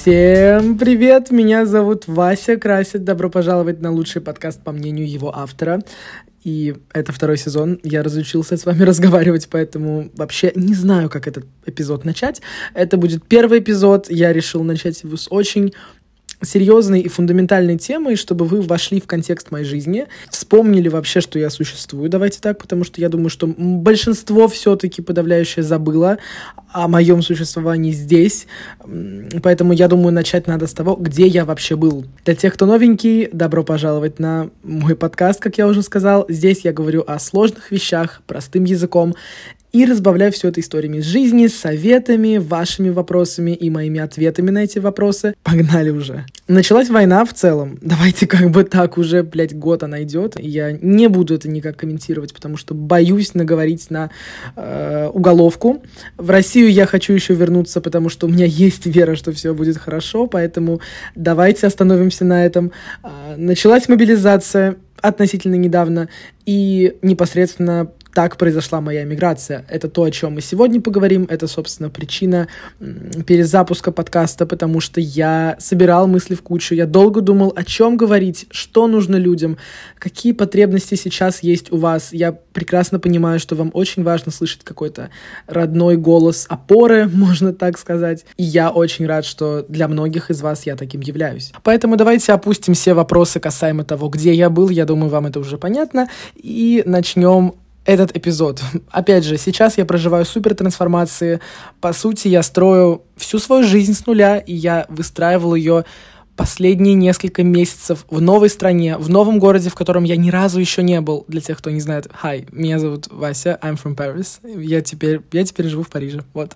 Всем привет, меня зовут Вася Красит, добро пожаловать на лучший подкаст по мнению его автора. И это 2 сезон, я разучился с вами разговаривать, поэтому вообще не знаю, как этот эпизод начать. Это будет 1 эпизод, я решил начать его с очень серьезной и фундаментальной темой, чтобы вы вошли в контекст моей жизни, вспомнили вообще, что я существую, давайте так, потому что я думаю, что большинство все-таки подавляющее забыло о моем существовании здесь, поэтому я думаю, начать надо с того, где я вообще был. Для тех, кто новенький, добро пожаловать на мой подкаст, как я уже сказал. Здесь я говорю о сложных вещах, простым языком, и разбавляю все это историями из жизни, советами, вашими вопросами и моими ответами на эти вопросы. Погнали уже. Началась война в целом. Давайте так уже, год она идет. Я не буду это никак комментировать, потому что боюсь наговорить на уголовку. В Россию я хочу еще вернуться, потому что у меня есть вера, что все будет хорошо, поэтому давайте остановимся на этом. Началась мобилизация относительно недавно, и непосредственно так произошла моя миграция. Это то, о чем мы сегодня поговорим. Это, собственно, причина перезапуска подкаста, потому что я собирал мысли в кучу. Я долго думал, о чем говорить, что нужно людям, какие потребности сейчас есть у вас. Я прекрасно понимаю, что вам очень важно слышать какой-то родной голос опоры, можно так сказать. И я очень рад, что для многих из вас я таким являюсь. Поэтому давайте опустим все вопросы касаемо того, где я был. Я думаю, вам это уже понятно. И начнем этот эпизод. Опять же, сейчас я проживаю супертрансформации. По сути, я строю всю свою жизнь с нуля, и я выстраивал ее последние несколько месяцев в новой стране, в новом городе, в котором я ни разу еще не был. Для тех, кто не знает, hi, меня зовут Вася, I'm from Paris. Я теперь живу в Париже. Вот.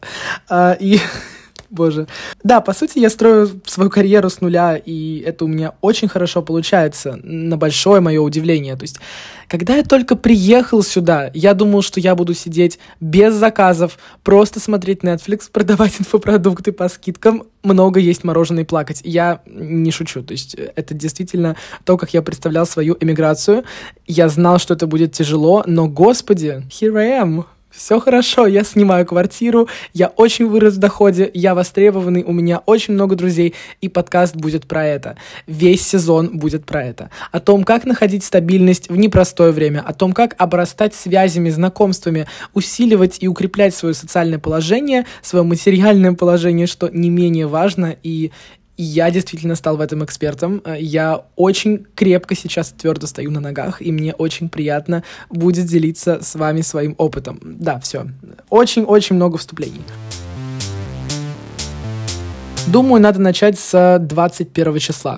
Боже. Да, по сути, я строю свою карьеру с нуля, и это у меня очень хорошо получается, на большое мое удивление. То есть, когда я только приехал сюда, я думал, что я буду сидеть без заказов, просто смотреть Netflix, продавать инфопродукты по скидкам, много есть мороженое и плакать. Я не шучу, то есть, это действительно то, как я представлял свою эмиграцию. Я знал, что это будет тяжело, но, господи, here I am. Все хорошо, я снимаю квартиру, я очень вырос в доходе, я востребованный, у меня очень много друзей, и подкаст будет про это. Весь сезон будет про это. О том, как находить стабильность в непростое время, о том, как обрастать связями, знакомствами, усиливать и укреплять свое социальное положение, свое материальное положение, что не менее важно, и я действительно стал в этом экспертом. Я очень крепко сейчас твердо стою на ногах, и мне очень приятно будет делиться с вами своим опытом. Да, все. Очень-очень много вступлений. Думаю, надо начать с 21 числа.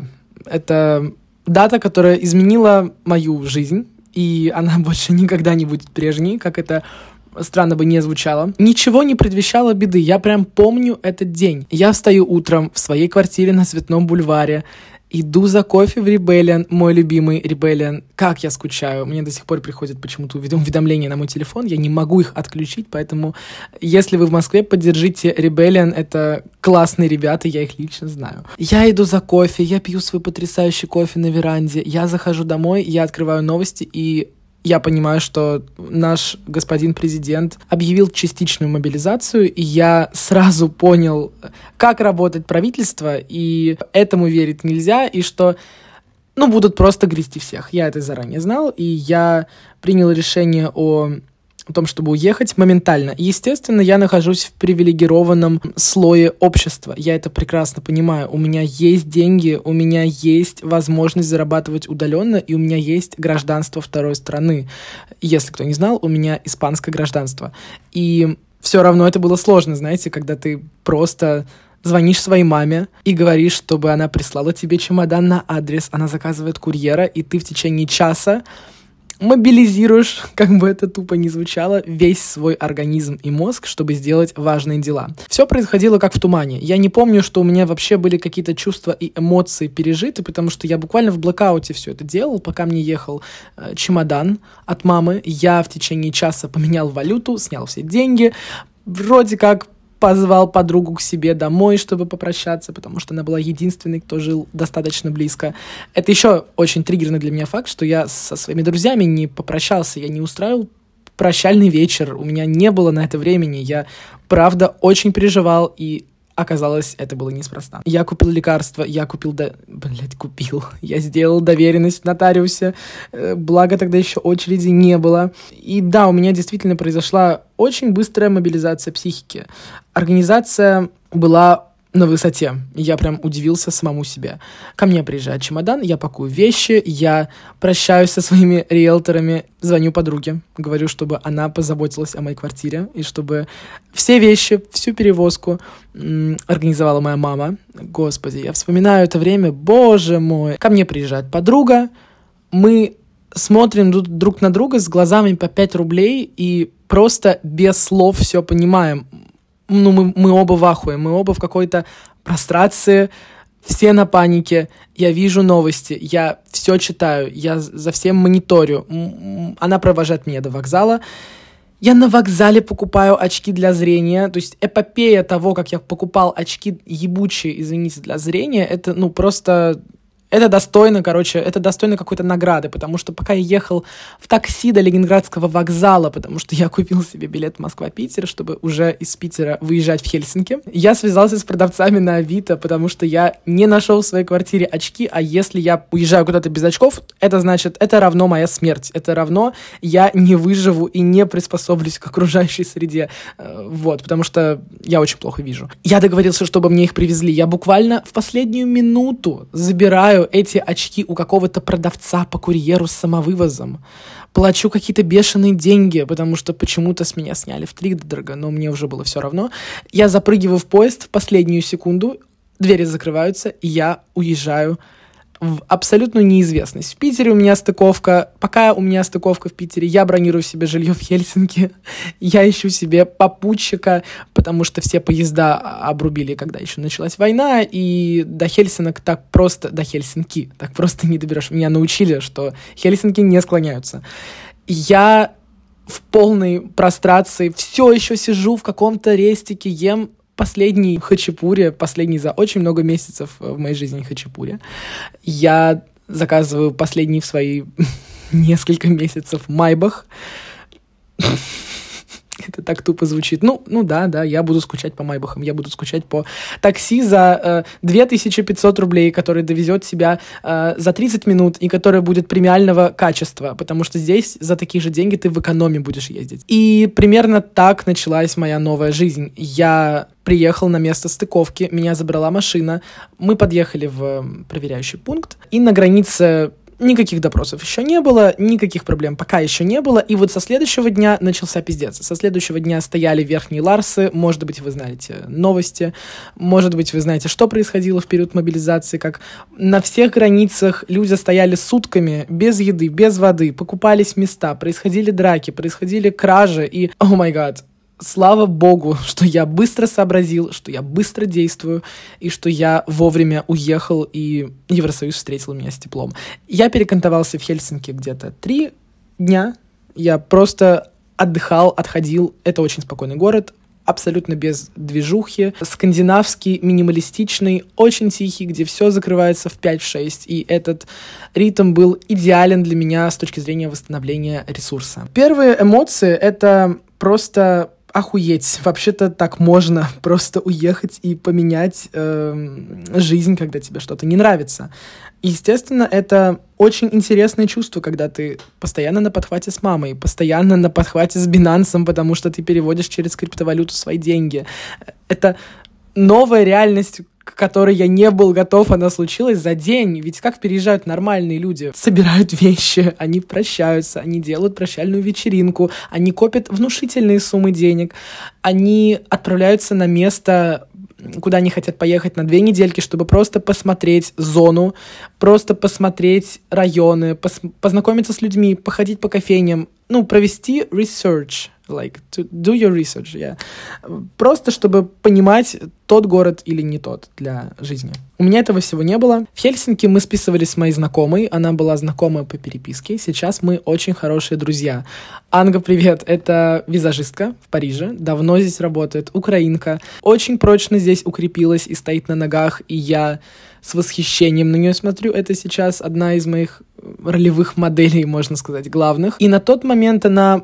Это дата, которая изменила мою жизнь, и она больше никогда не будет прежней, как это странно бы не звучало. Ничего не предвещало беды. Я прям помню этот день. Я встаю утром в своей квартире на Цветном бульваре, иду за кофе в Rebellion, мой любимый Rebellion. Как я скучаю. Мне до сих пор приходят почему-то уведомления на мой телефон. Я не могу их отключить, поэтому если вы в Москве, поддержите Rebellion. Это классные ребята, я их лично знаю. Я иду за кофе, я пью свой потрясающий кофе на веранде. Я захожу домой, я открываю новости, и я понимаю, что наш господин президент объявил частичную мобилизацию, и я сразу понял, как работает правительство, и этому верить нельзя, и что, будут просто грести всех. Я это заранее знал, и я принял решение о том, чтобы уехать моментально. Естественно, я нахожусь в привилегированном слое общества. Я это прекрасно понимаю. У меня есть деньги, у меня есть возможность зарабатывать удаленно, и у меня есть гражданство второй страны. Если кто не знал, у меня испанское гражданство. И все равно это было сложно, знаете, когда ты просто звонишь своей маме и говоришь, чтобы она прислала тебе чемодан на адрес, она заказывает курьера, и ты в течение часа мобилизируешь, как бы это тупо ни звучало, весь свой организм и мозг, чтобы сделать важные дела. Все происходило как в тумане. Я не помню, что у меня вообще были какие-то чувства и эмоции пережиты, потому что я буквально в блэкауте все это делал, пока мне ехал чемодан от мамы. Я в течение часа поменял валюту, снял все деньги, вроде как позвал подругу к себе домой, чтобы попрощаться, потому что она была единственной, кто жил достаточно близко. Это еще очень триггерный для меня факт, что я со своими друзьями не попрощался, я не устраивал прощальный вечер, у меня не было на это времени, я, правда, очень переживал, и Оказалось, это было неспроста. Я купил лекарства, я сделал доверенность в нотариусе, благо тогда еще очереди не было. И да, у меня действительно произошла очень быстрая мобилизация психики. Организация была на высоте. Я прям удивился самому себе. Ко мне приезжает чемодан, я пакую вещи, я прощаюсь со своими риэлторами, звоню подруге, говорю, чтобы она позаботилась о моей квартире, и чтобы все вещи, всю перевозку организовала моя мама. Господи, я вспоминаю это время, боже мой. Ко мне приезжает подруга, мы смотрим друг на друга с глазами по 5 рублей и просто без слов все понимаем. Мы оба в ахуе, мы оба в какой-то прострации, все на панике. Я вижу новости, я все читаю, я за всем мониторю. Она провожает меня до вокзала. Я на вокзале покупаю очки для зрения. То есть эпопея того, как я покупал очки ебучие, извините, для зрения, это, просто... Это достойно какой-то награды, потому что пока я ехал в такси до Ленинградского вокзала, потому что я купил себе билет Москва-Питер, чтобы уже из Питера выезжать в Хельсинки, я связался с продавцами на Авито, потому что я не нашел в своей квартире очки, а если я уезжаю куда-то без очков, это значит, это равно моя смерть, это равно я не выживу и не приспособлюсь к окружающей среде, потому что я очень плохо вижу. Я договорился, чтобы мне их привезли, я буквально в последнюю минуту забираю эти очки у какого-то продавца по курьеру с самовывозом. Плачу какие-то бешеные деньги, потому что почему-то с меня сняли втридорога, но мне уже было все равно. Я запрыгиваю в поезд в последнюю секунду, двери закрываются, и я уезжаю в абсолютную неизвестность. В Питере у меня стыковка. Пока у меня стыковка в Питере, я бронирую себе жилье в Хельсинки. Я ищу себе попутчика, потому что все поезда обрубили, когда еще началась война, и до Хельсинки так просто не доберешь. Меня научили, что Хельсинки не склоняются. Я в полной прострации все еще сижу в каком-то рестике, ем последний хачапури, последний за очень много месяцев в моей жизни хачапури. Я заказываю последний в свои несколько месяцев майбах. Это так тупо звучит. Да, я буду скучать по майбахам, я буду скучать по такси за 2500 рублей, который довезет себя за 30 минут и который будет премиального качества, потому что здесь за такие же деньги ты в экономе будешь ездить. И примерно так началась моя новая жизнь. Я приехал на место стыковки, меня забрала машина, мы подъехали в проверяющий пункт, и на границе никаких допросов еще не было, никаких проблем пока еще не было, и вот со следующего дня начался пиздец. Со следующего дня стояли верхние ларсы, может быть, вы знаете новости, может быть, вы знаете, что происходило в период мобилизации, как на всех границах люди стояли сутками без еды, без воды, покупались места, происходили драки, происходили кражи, и, о май гад, слава богу, что я быстро сообразил, что я быстро действую, и что я вовремя уехал, и Евросоюз встретил меня с теплом. Я перекантовался в Хельсинки где-то 3 дня. Я просто отходил. Это очень спокойный город, абсолютно без движухи. Скандинавский, минималистичный, очень тихий, где все закрывается в 5-6. И этот ритм был идеален для меня с точки зрения восстановления ресурса. Первые эмоции — это просто охуеть. Вообще-то так можно просто уехать и поменять жизнь, когда тебе что-то не нравится. Естественно, это очень интересное чувство, когда ты постоянно на подхвате с мамой, постоянно на подхвате с Binance, потому что ты переводишь через криптовалюту свои деньги. Это новая реальность, к которой я не был готов, она случилась за день. Ведь как переезжают нормальные люди? Собирают вещи, они прощаются, они делают прощальную вечеринку, они копят внушительные суммы денег, они отправляются на место, куда они хотят поехать на 2 недельки, чтобы просто посмотреть зону, просто посмотреть районы, познакомиться с людьми, походить по кофейням, провести research, to do your research, yeah. Просто чтобы понимать, тот город или не тот для жизни. У меня этого всего не было. В Хельсинки мы списывались с моей знакомой, она была знакомая по переписке, сейчас мы очень хорошие друзья. Анга, привет, это визажистка в Париже, давно здесь работает, украинка, очень прочно здесь укрепилась и стоит на ногах, и я с восхищением на нее смотрю. Это сейчас одна из моих ролевых моделей, можно сказать, главных. И на тот момент она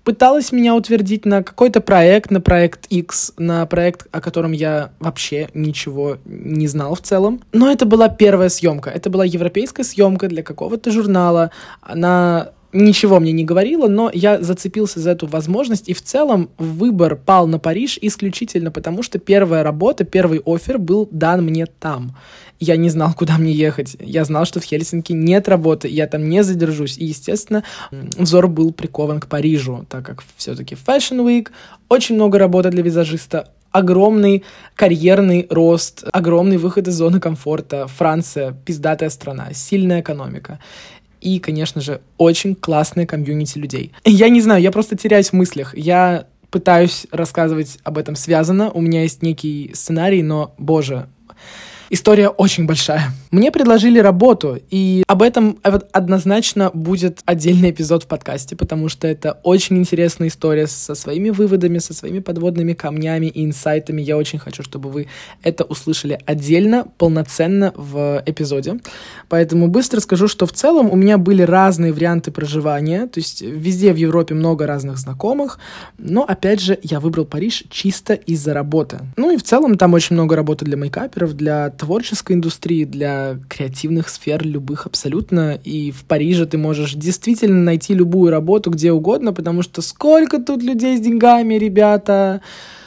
пыталась меня утвердить на какой-то проект, на проект X, на проект, о котором я вообще ничего не знал в целом. Но это была первая съемка. Это была европейская съемка для какого-то журнала. Она ничего мне не говорила, но я зацепился за эту возможность, и в целом выбор пал на Париж исключительно потому, что первая работа, первый оффер был дан мне там. Я не знал, куда мне ехать. Я знал, что в Хельсинки нет работы, я там не задержусь. И, естественно, взор был прикован к Парижу, так как все-таки Fashion Week, очень много работы для визажиста, огромный карьерный рост, огромный выход из зоны комфорта. Франция — пиздатая страна, сильная экономика. И, конечно же, очень классная комьюнити людей. Я не знаю, я просто теряюсь в мыслях. Я пытаюсь рассказывать об этом связано. У меня есть некий сценарий, но, боже, история очень большая. Мне предложили работу, и об этом однозначно будет отдельный эпизод в подкасте, потому что это очень интересная история со своими выводами, со своими подводными камнями и инсайтами. Я очень хочу, чтобы вы это услышали отдельно, полноценно в эпизоде. Поэтому быстро скажу, что в целом у меня были разные варианты проживания, то есть везде в Европе много разных знакомых, но, опять же, я выбрал Париж чисто из-за работы. Ну и в целом там очень много работы для мейкаперов, для творческой индустрии, для креативных сфер любых абсолютно. И в Париже ты можешь действительно найти любую работу где угодно, потому что сколько тут людей с деньгами, ребята!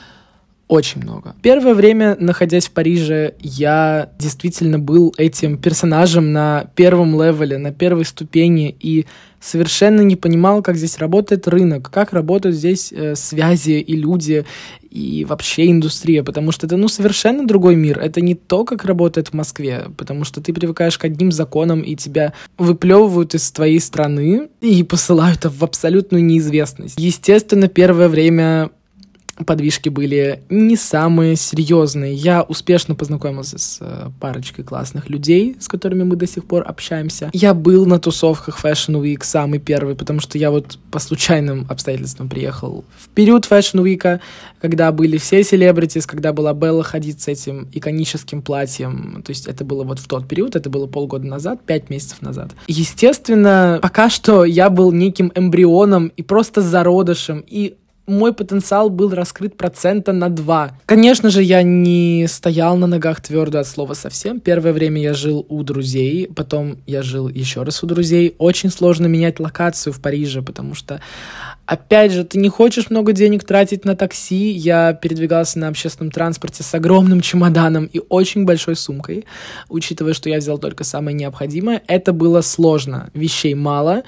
Очень много. Первое время, находясь в Париже, я действительно был этим персонажем на первом левеле, на первой ступени, и совершенно не понимал, как здесь работает рынок, как работают здесь связи и люди, и вообще индустрия, потому что это, совершенно другой мир. Это не то, как работает в Москве, потому что ты привыкаешь к одним законам, и тебя выплевывают из твоей страны и посылают в абсолютную неизвестность. Естественно, первое время подвижки были не самые серьезные. Я успешно познакомился с парочкой классных людей, с которыми мы до сих пор общаемся. Я был на тусовках Fashion Week самый первый, потому что я по случайным обстоятельствам приехал в период Fashion Week, когда были все селебритис, когда была Белла Хадид с этим иконическим платьем. То есть это было в тот период, это было полгода назад, 5 месяцев назад. Естественно, пока что я был неким эмбрионом и просто зародышем, и мой потенциал был раскрыт 2%. Конечно же, я не стоял на ногах твердо от слова совсем. Первое время я жил у друзей, потом я жил еще раз у друзей. Очень сложно менять локацию в Париже, потому что, опять же, ты не хочешь много денег тратить на такси. Я передвигался на общественном транспорте с огромным чемоданом и очень большой сумкой, учитывая, что я взял только самое необходимое. Это было сложно. Вещей мало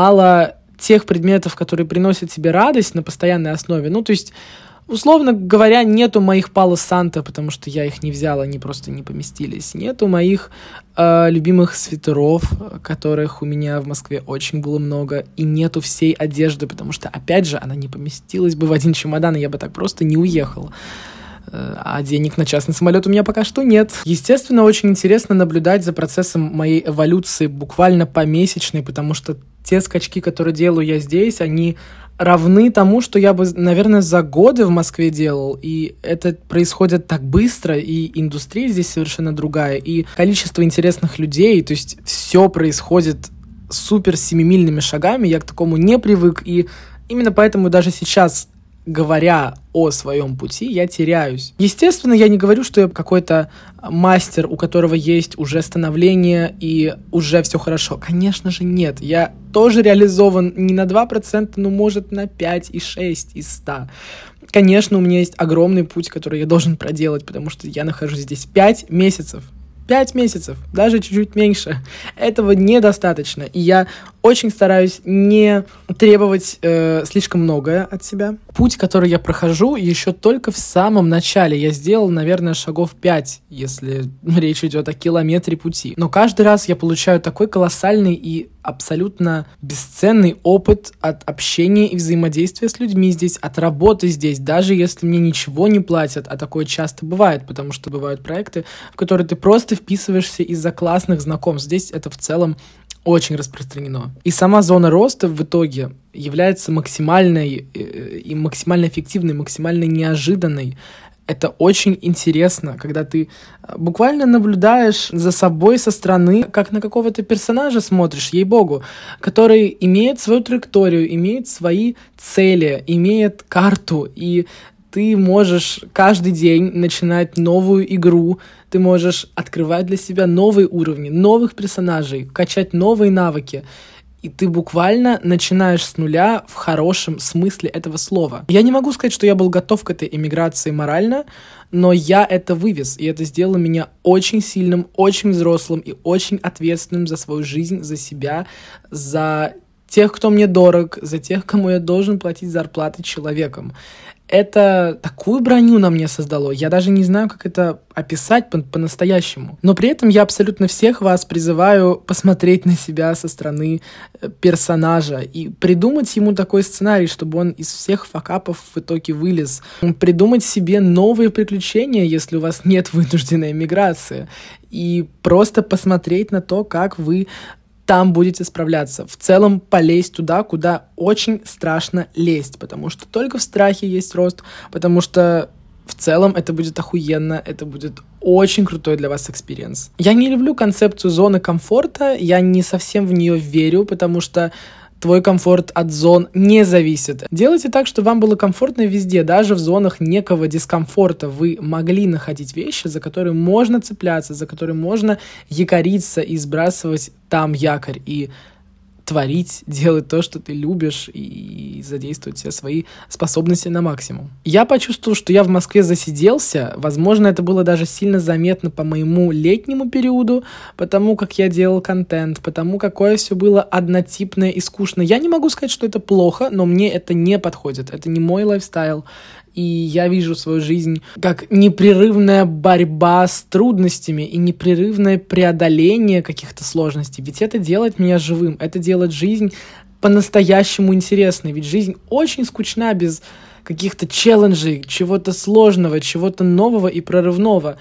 тех предметов, которые приносят тебе радость на постоянной основе. То есть, условно говоря, нету моих Пало Санта, потому что я их не взял, они просто не поместились. Нету моих любимых свитеров, которых у меня в Москве очень было много, и нету всей одежды, потому что, опять же, она не поместилась бы в один чемодан, и я бы так просто не уехал. А денег на частный самолет у меня пока что нет. Естественно, очень интересно наблюдать за процессом моей эволюции буквально помесячной, потому что те скачки, которые делаю я здесь, они равны тому, что я бы, наверное, за годы в Москве делал. И это происходит так быстро, и индустрия здесь совершенно другая, и количество интересных людей, то есть все происходит супер семимильными шагами, я к такому не привык, и именно поэтому даже сейчас, говоря о своем пути, я теряюсь. Естественно, я не говорю, что я какой-то мастер, у которого есть уже становление и уже все хорошо. Конечно же, нет. Я тоже реализован не на 2%, но, может, на 5 и 6 из 100. Конечно, у меня есть огромный путь, который я должен проделать, потому что я нахожусь здесь 5 месяцев. 5 месяцев, даже чуть-чуть меньше. Этого недостаточно. И я очень стараюсь не требовать слишком многое от себя. Путь, который я прохожу, еще только в самом начале. Я сделал, наверное, шагов 5, если речь идет о километре пути. Но каждый раз я получаю такой колоссальный и абсолютно бесценный опыт от общения и взаимодействия с людьми здесь, от работы здесь, даже если мне ничего не платят, а такое часто бывает, потому что бывают проекты, в которые ты просто вписываешься из-за классных знакомств. Здесь это в целом очень распространено. И сама зона роста в итоге является максимальной и максимально эффективной, максимально неожиданной. Это очень интересно, когда ты буквально наблюдаешь за собой со стороны, как на какого-то персонажа смотришь, ей-богу, который имеет свою траекторию, имеет свои цели, имеет карту, и ты можешь каждый день начинать новую игру, ты можешь открывать для себя новые уровни, новых персонажей, качать новые навыки. И ты буквально начинаешь с нуля в хорошем смысле этого слова. Я не могу сказать, что я был готов к этой эмиграции морально, но я это вывез, и это сделало меня очень сильным, очень взрослым и очень ответственным за свою жизнь, за себя, за тех, кто мне дорог, за тех, кому я должен платить зарплаты человеком. Это такую броню на мне создало, я даже не знаю, как это описать по-настоящему. Но при этом я абсолютно всех вас призываю посмотреть на себя со стороны персонажа и придумать ему такой сценарий, чтобы он из всех факапов в итоге вылез. Придумать себе новые приключения, если у вас нет вынужденной эмиграции. И просто посмотреть на то, как вы там будете справляться. В целом полезть туда, куда очень страшно лезть, потому что только в страхе есть рост, потому что в целом это будет охуенно, это будет очень крутой для вас экспириенс. Я не люблю концепцию зоны комфорта, я не совсем в нее верю, потому что твой комфорт от зон не зависит. Делайте так, чтобы вам было комфортно везде, даже в зонах некого дискомфорта. Вы могли находить вещи, за которые можно цепляться, за которые можно якориться и сбрасывать там якорь. И творить, делать то, что ты любишь, и задействовать все свои способности на максимум. Я почувствовал, что я в Москве засиделся. Возможно, это было даже сильно заметно по моему летнему периоду, потому как я делал контент, потому какое все было однотипное и скучное. Я не могу сказать, что это плохо, но мне это не подходит. Это не мой лайфстайл. И я вижу свою жизнь как непрерывная борьба с трудностями и непрерывное преодоление каких-то сложностей. Ведь это делает меня живым, это делает жизнь по-настоящему интересной. Ведь жизнь очень скучна без каких-то челленджей, чего-то сложного, чего-то нового и прорывного.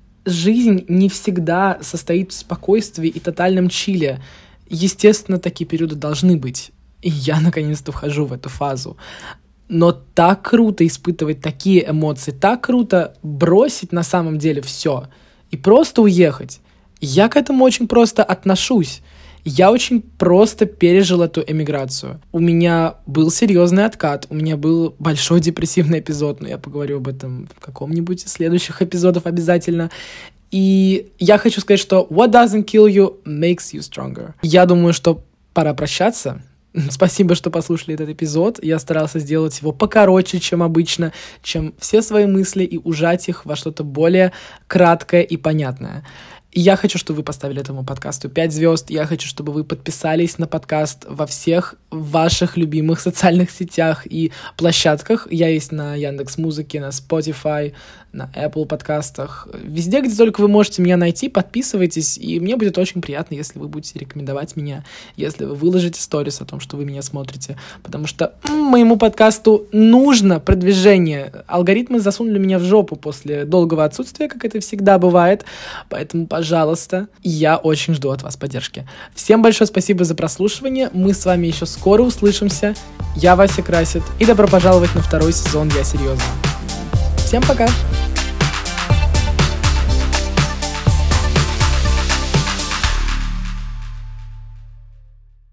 Жизнь не всегда состоит в спокойствии и тотальном чиле. Естественно, такие периоды должны быть. И я наконец-то вхожу в эту фазу. Но так круто испытывать такие эмоции, так круто бросить на самом деле все и просто уехать. Я к этому очень просто отношусь. Я очень просто пережил эту эмиграцию. У меня был серьезный откат, у меня был большой депрессивный эпизод, но я поговорю об этом в каком-нибудь из следующих эпизодов обязательно. И я хочу сказать, что what doesn't kill you makes you stronger. Я думаю, что пора прощаться. Спасибо, что послушали этот эпизод. Я старался сделать его покороче, чем обычно, чем все свои мысли, и ужать их во что-то более краткое и понятное. И я хочу, чтобы вы поставили этому подкасту 5 звезд. Я хочу, чтобы вы подписались на подкаст во всех ваших любимых социальных сетях и площадках. Я есть на Яндекс.Музыке, на Spotify, на Apple подкастах. Везде, где только вы можете меня найти, подписывайтесь. И мне будет очень приятно, если вы будете рекомендовать меня, если вы выложите сторис о том, что вы меня смотрите. Потому что моему подкасту нужно продвижение. Алгоритмы засунули меня в жопу после долгого отсутствия, как это всегда бывает. Поэтому, пожалуйста, я очень жду от вас поддержки. Всем большое спасибо за прослушивание. Мы с вами еще скоро услышимся. Я Вася Красит. И добро пожаловать на 2-й сезон «Я серьезно». Всем пока!